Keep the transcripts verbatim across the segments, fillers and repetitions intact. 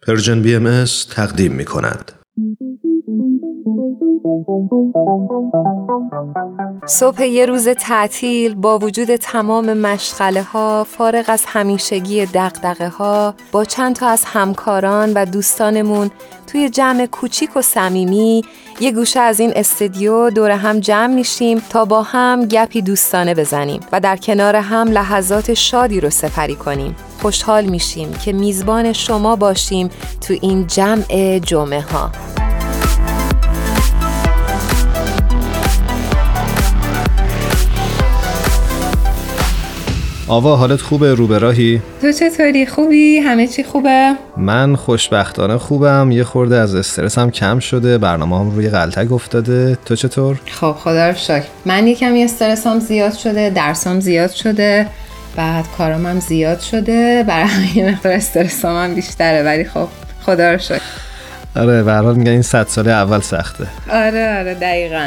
پرژن بی ام اس تقدیم می کند. صبح یه روز تعطیل با وجود تمام مشغله ها، فارغ از همیشگی دغدغه ها، با چند تا از همکاران و دوستانمون توی جمع کوچیک و صمیمی یه گوشه از این استودیو دور هم جمع میشیم تا با هم گپی دوستانه بزنیم و در کنار هم لحظات شادی رو سپری کنیم. خوشحال میشیم که میزبان شما باشیم تو این جمع جمعه ها. آوا، حالت خوبه؟ رو به راهی؟ تو چطوری؟ خوبی؟ همه چی خوبه؟ من خوشبختانه خوبم. یه خورده از استرسم کم شده، برنامه هم روی غلطک افتاده. تو چطور؟ خب خدا رو شکر. من یکم استرسم زیاد شده، درسام زیاد شده، بعد کارام هم زیاد شده، برای همین مقدار استرسام هم بیشتره، ولی خب خدا رو شکر. آره، به هر حال میگن این صد ساله اول سخته. آره آره دقیقاً.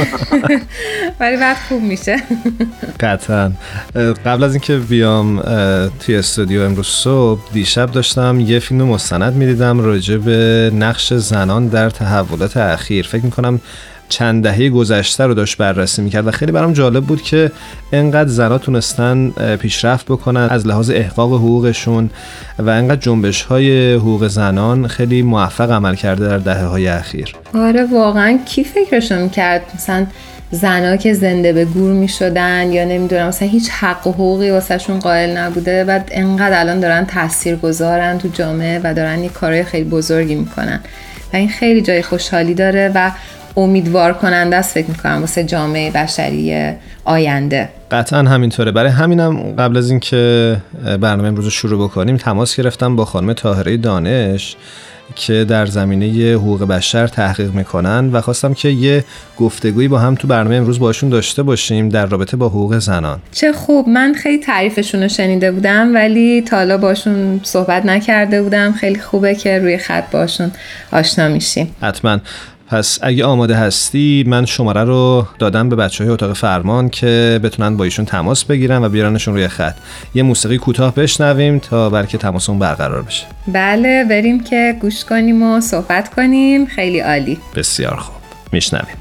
ولی بعد خوب میشه. قطعاً. قبل از اینکه بیام توی استودیو امروز صبح، دیشب داشتم یه فیلم مستند میدیدم راجع به نقش زنان در تحولات اخیر. فکر میکنم چند دهه گذشته رو داشت بررسی میکرد و خیلی برام جالب بود که انقدر زنها تونستن پیشرفت بکنن از لحاظ احقاق حقوقشون و انقدر جنبش های حقوق زنان خیلی موفق عمل کرده در دهه های اخیر. آره واقعا کی فکرشو میکرد مثلا زنها که زنده به گور میشدن یا نمیدونم مثلا هیچ حق و حقوقی واسه شون قائل نبوده، بعد انقدر الان دارن تاثیرگذارن تو جامعه و دارن یه کارهای خیلی بزرگی میکنن و این خیلی جای خوشحالی داره و امیدوار کننده است فکر میکنم واسه جامعه بشری آینده. قطعا همینطوره. برای همینم قبل از اینکه برنامه امروز رو شروع بکنیم تماس گرفتم با خانم طاهره دانش که در زمینه حقوق بشر تحقیق میکنن و خواستم که یه گفتگویی با هم تو برنامه امروز باشون داشته باشیم در رابطه با حقوق زنان. چه خوب. من خیلی تعریفشون رو شنیده بودم ولی تا حالا باشون صحبت نکرده بودم. خیلی خوبه که روی خط باشون آشنا میشیم. حتما. پس اگه آماده هستی من شماره رو دادم به بچه‌های اتاق فرمان که بتونن با ایشون تماس بگیرن و بیارنشون روی خط. یه موسیقی کوتاه بشنویم تا بلکه تماسمون برقرار بشه. بله بریم که گوش کنیم و صحبت کنیم. خیلی عالی. بسیار خوب. میشنویم.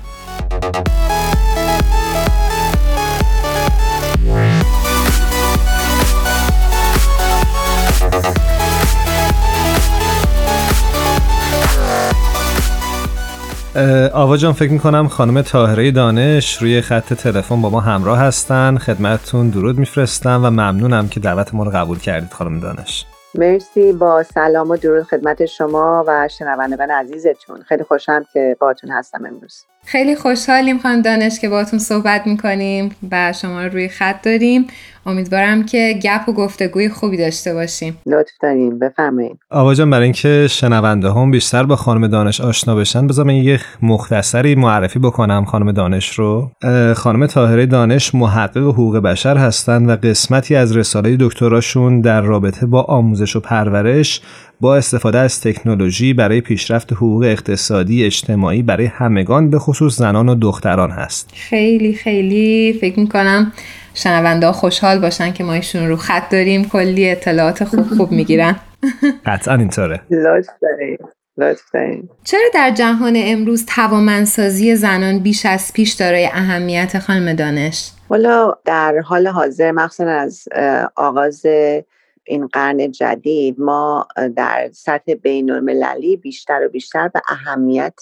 آوا جان، فکر میکنم خانم طاهره دانش روی خط تلفن با ما همراه هستن. خدمتتون درود میفرستم و ممنونم که دعوت ما رو قبول کردید خانم دانش. مرسی. با سلام و درود خدمت شما و شنوندگان عزیزتون. خیلی خوشم که باهاتون هستم امروز. خیلی خوشحالیم خانم دانش که باهاتون صحبت میکنیم و شما رو روی خط داریم. امیدوارم که گپ و گفتگوی خوبی داشته باشیم. لطف دارین، بفرمایید. آوا جان، برای اینکه شنونده هم بیشتر با خانم دانش آشنا بشن بذار من یه مختصری معرفی بکنم خانم دانش رو. خانم طاهره دانش محقق حقوق بشر هستن و قسمتی از رساله دکتراشون در رابطه با آموزش و پرورش با استفاده از تکنولوژی برای پیشرفت حقوق اقتصادی اجتماعی برای همگان به خصوص زنان و دختران هست. خیلی خیلی فکر میکنم شنونده ها خوشحال باشن که ما ایشون رو خط داریم. کلی اطلاعات خوب خوب میگیرن. قطعا اینطوره. لطف دارین. لطف دارین. چرا در جهان امروز توانمندسازی زنان بیش از پیش دارای اهمیت خانم دانش؟ والا در حال حاضر مخصوصا از آغاز این قرن جدید ما در سطح بین‌المللی بیشتر و بیشتر به اهمیت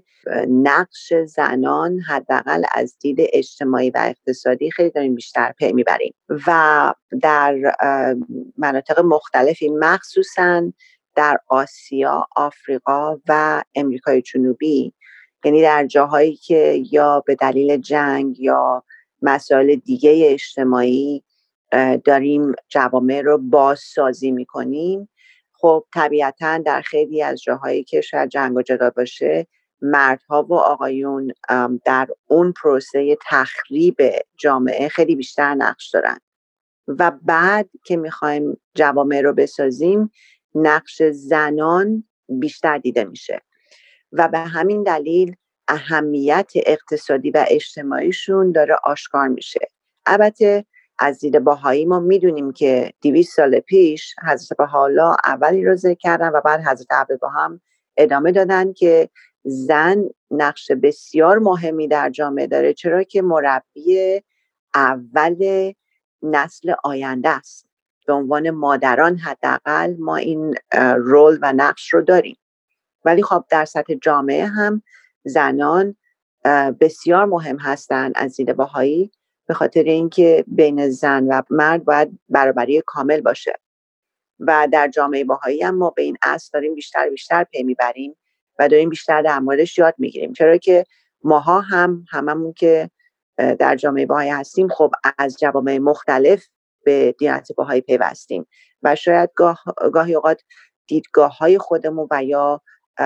نقش زنان حداقل از دید اجتماعی و اقتصادی خیلی داریم بیشتر پی میبریم و در مناطق مختلفی مخصوصاً در آسیا، آفریقا و امریکای جنوبی، یعنی در جاهایی که یا به دلیل جنگ یا مسائل دیگه اجتماعی داریم جوامع رو بازسازی میکنیم، خب طبیعتاً در خیلی از جاهایی که شاید جنگ و جدال باشه مردها و آقایون در اون پروسه تخریب جامعه خیلی بیشتر نقش دارن و بعد که میخوایم جوامع رو بسازیم نقش زنان بیشتر دیده میشه و به همین دلیل اهمیت اقتصادی و اجتماعیشون داره آشکار میشه. البته از دید بهایی ما میدونیم که دویست سال پیش حضرت بهاءالله اولی رو ذکر کردن و بعد حضرت عبدالبها هم ادامه دادن که زن نقش بسیار مهمی در جامعه داره، چرا که مربی اول نسل آینده است. به عنوان مادران حداقل ما این رول و نقش رو داریم. ولی خب در سطح جامعه هم زنان بسیار مهم هستند از دید بهایی، به خاطر اینکه بین زن و مرد باید برابری کامل باشه و در جامعه بهایی هم ما به این اصل داریم بیشتر بیشتر پی میبریم و داریم بیشتر در موردش یاد میگیریم، چرا که ماها هم هممون که در جامعه بهایی هستیم خب از جوامع مختلف به دیانت بهایی پیوستیم و شاید گاه، گاهی اوقات دیدگاه‌های خودمون و یا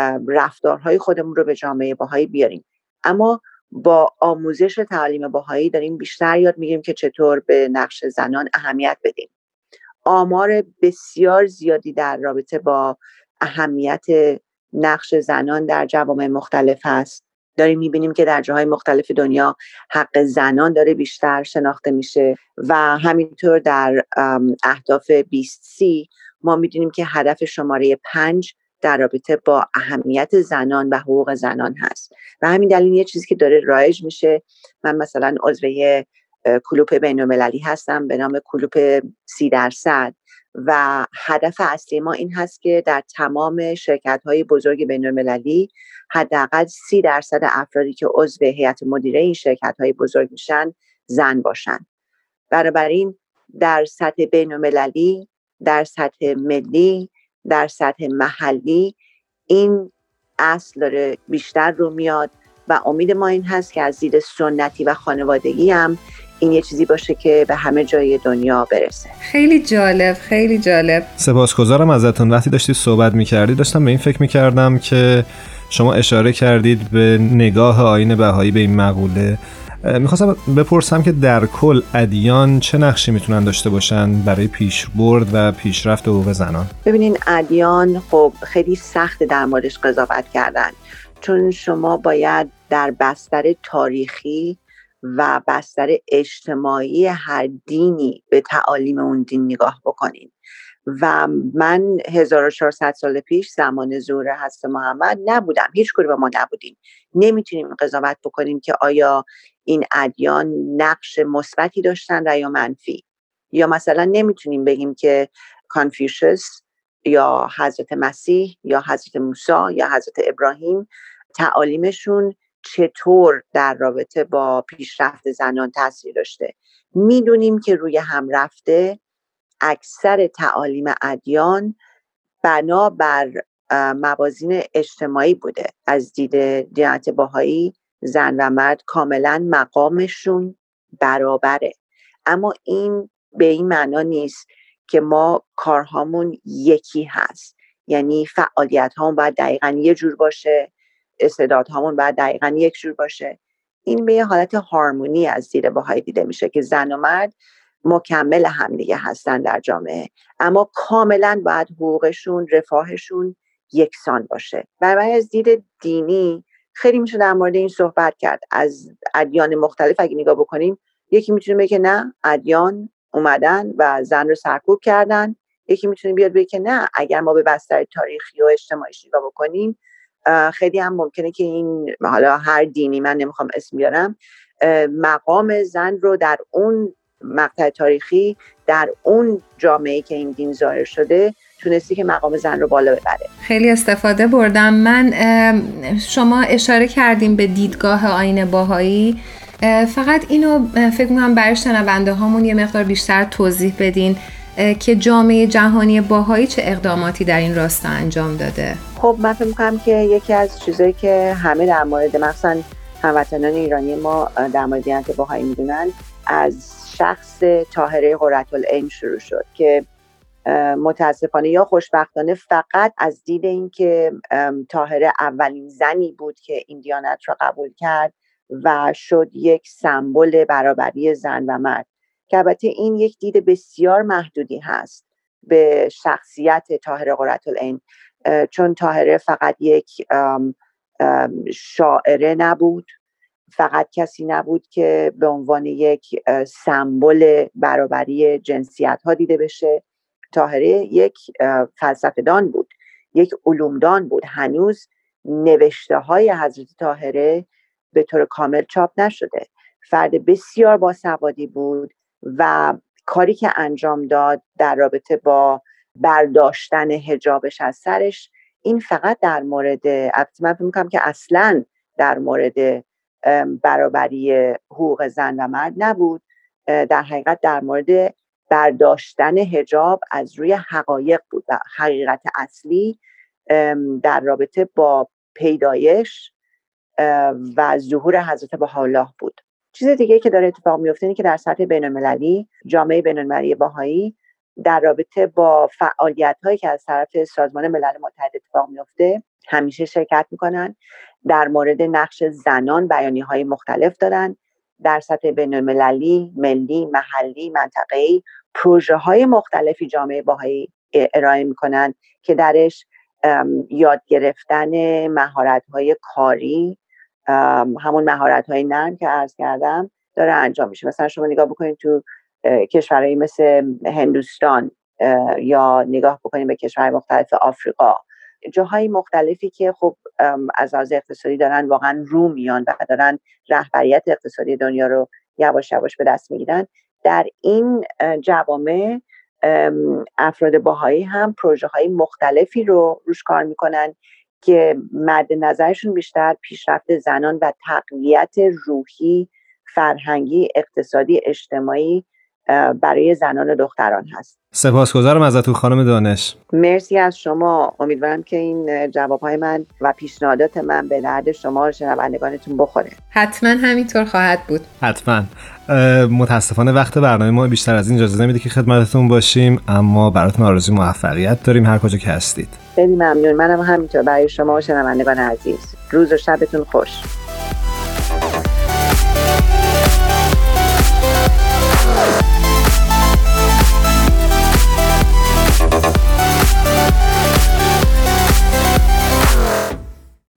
رفتارهای خودمون رو به جامعه بهایی بیاریم، اما با آموزش تعالیم بهایی داریم بیشتر یاد میگیریم که چطور به نقش زنان اهمیت بدیم. آمار بسیار زیادی در رابطه با اهمیت نقش زنان در جوامع مختلف هست. داریم میبینیم که در جاهای مختلف دنیا حق زنان داره بیشتر شناخته میشه و همینطور در اهداف بیست سی ما میدونیم که هدف شماره پنج در رابطه با اهمیت زنان و حقوق زنان هست و همین دلیل یه چیزی که داره رایج میشه. من مثلا عضو کلوپ بین‌المللی هستم به نام کلوپ سی درصد و هدف اصلی ما این هست که در تمام شرکت‌های بزرگ بین‌المللی حداقل سی درصد افرادی که عضو هیئت مدیره این شرکت‌های بزرگ میشن زن باشن. بنابراین در سطح بین‌المللی، در سطح ملی، در سطح محلی این اصل داره بیشتر رو میاد و امید ما این هست که از دید سنتی و خانوادگی هم این یه چیزی باشه که به همه جای دنیا برسه. خیلی جالب، خیلی جالب. سپاسگزارم ازتون. وقتی داشتید صحبت میکردید داشتم به این فکر میکردم که شما اشاره کردید به نگاه آیین بهایی به این مقوله. میخواستم بپرسم که در کل ادیان چه نقشی میتونن داشته باشن برای پیشبرد و پیشرفت حقوق زنان؟ ببینین ادیان خب خیلی سخت در موردش قضاوت کردن، چون شما باید در بستر تاریخی و بستر اجتماعی هر دینی به تعالیم اون دین نگاه بکنین و من هزار و چهارصد سال پیش زمان ظهور حضرت محمد نبودم، هیچ کدوم ما نبودیم، نمیتونیم قضاوت بکنیم که آیا این ادیان نقش مثبتی داشتن و یا منفی، یا مثلا نمیتونیم بگیم که کانفیوشس یا حضرت مسیح یا حضرت موسی یا حضرت ابراهیم تعالیمشون چطور در رابطه با پیشرفت زنان تاثیر داشته. میدونیم که روی هم رفته اکثر تعالیم ادیان بنا بر موازین اجتماعی بوده. از دید دیانت بهایی زن و مرد کاملا مقامشون برابره، اما این به این معنا نیست که ما کارهامون یکی هست، یعنی فعالیت هامون باید دقیقاً یه جور باشه، استعدادهامون باید دقیقاً یک جور باشه. این به یه حالت هارمونی از دید بهایی دیده میشه که زن و مرد مکمل همدیگه هستن در جامعه، اما کاملا باید حقوقشون، رفاهشون یکسان باشه. برای از دید دینی خیلی میشه در مورد این صحبت کرد. از ادیان مختلف اگه نگاه بکنیم، یکی میتونه بگه که نه، ادیان اومدن و زن رو سرکوب کردن. یکی میتونه بیاد بگه که نه، اگر ما به بستر تاریخی و اجتماعیش نگاه بکنیم خیلی هم ممکنه که این، حالا هر دینی، من نمیخوام اسم بیارم، مقام زن رو در اون مقطع تاریخی در اون جامعه‌ای که این دین ظاهر شده تونستی که مقام زن رو بالا ببره. خیلی استفاده بردم. من شما اشاره کردیم به دیدگاه آیین بهایی، فقط اینو فکر می‌کنم برای شنونده هامون یه مقدار بیشتر توضیح بدین که جامعه جهانی بهایی چه اقداماتی در این راستا انجام داده. خب من فکر می‌کنم که یکی از چیزایی که همه در مورد مثلا هموطنان ایرانی ما در مورد دیانت بهایی میدونن از شخص طاهره قرةالعین شروع شد که متاسفانه یا خوشبختانه فقط از دید این که طاهره اولین زنی بود که این دیانت را قبول کرد و شد یک سمبل برابری زن و مرد، که البته این یک دید بسیار محدودی هست به شخصیت طاهره قرةالعین، چون طاهره فقط یک شاعره نبود، فقط کسی نبود که به عنوان یک سمبل برابری جنسیت ها دیده بشه. طاهره یک فلسفه‌دان بود، یک علومدان بود. هنوز نوشته های حضرت طاهره به طور کامل چاپ نشده. فرد بسیار باسوادی بود و کاری که انجام داد در رابطه با برداشتن حجابش از سرش، این فقط در مورد، من فکر می‌کنم که اصلاً در مورد برابری حقوق زن و مرد نبود، در حقیقت در مورد برداشتن حجاب از روی حقایق بود و حقیقت اصلی در رابطه با پیدایش و ظهور حضرت بهاءالله بود. چیز دیگه که داره اتفاق میفته اینه که در سطح بین‌المللی جامعه بین‌المللی بهایی در رابطه با فعالیت‌هایی که از طرف سازمان ملل متحد اتفاق میفته همیشه شرکت میکنن. در مورد نقش زنان بیانیه‌های مختلف دادن. در سطح بین‌المللی، ملی، محلی، منطقه‌ای پروژه‌های مختلفی جامعه بهایی ارائه میکنن که درش یاد گرفتن مهارت‌های کاری، همون مهارت‌های نرم که عرض کردم داره انجام میشه. مثلا شما نگاه بکنید تو کشورهایی مثل هندوستان یا نگاه بکنید به کشورهای مختلف آفریقا، جاهای مختلفی که خب از لحاظ اقتصادی دارن واقعا رو میان و دارن رهبریت اقتصادی دنیا رو یواش یواش به دست میگیرن. در این جوامع افراد بهایی هم پروژه های مختلفی رو روش کار میکنن که مد نظرشون بیشتر پیشرفت زنان و تقویت روحی، فرهنگی، اقتصادی، اجتماعی برای زنان و دختران هست. سپاسگزارم ازتون خانم دانش. مرسی از شما. امیدوارم که این جوابهای من و پیشنهادات من به درد شما و شنوندگانتون بخوره. حتما همینطور خواهد بود. حتما. متاسفانه وقت برنامه ما بیشتر از این اجازه نمیده که خدمتتون باشیم، اما براتون آرزوی موفقیت داریم هر کجا که هستید. خیلی ممنون. منم همینطور برای شما و شنوندگان عزیز. روز و شبتون خوش.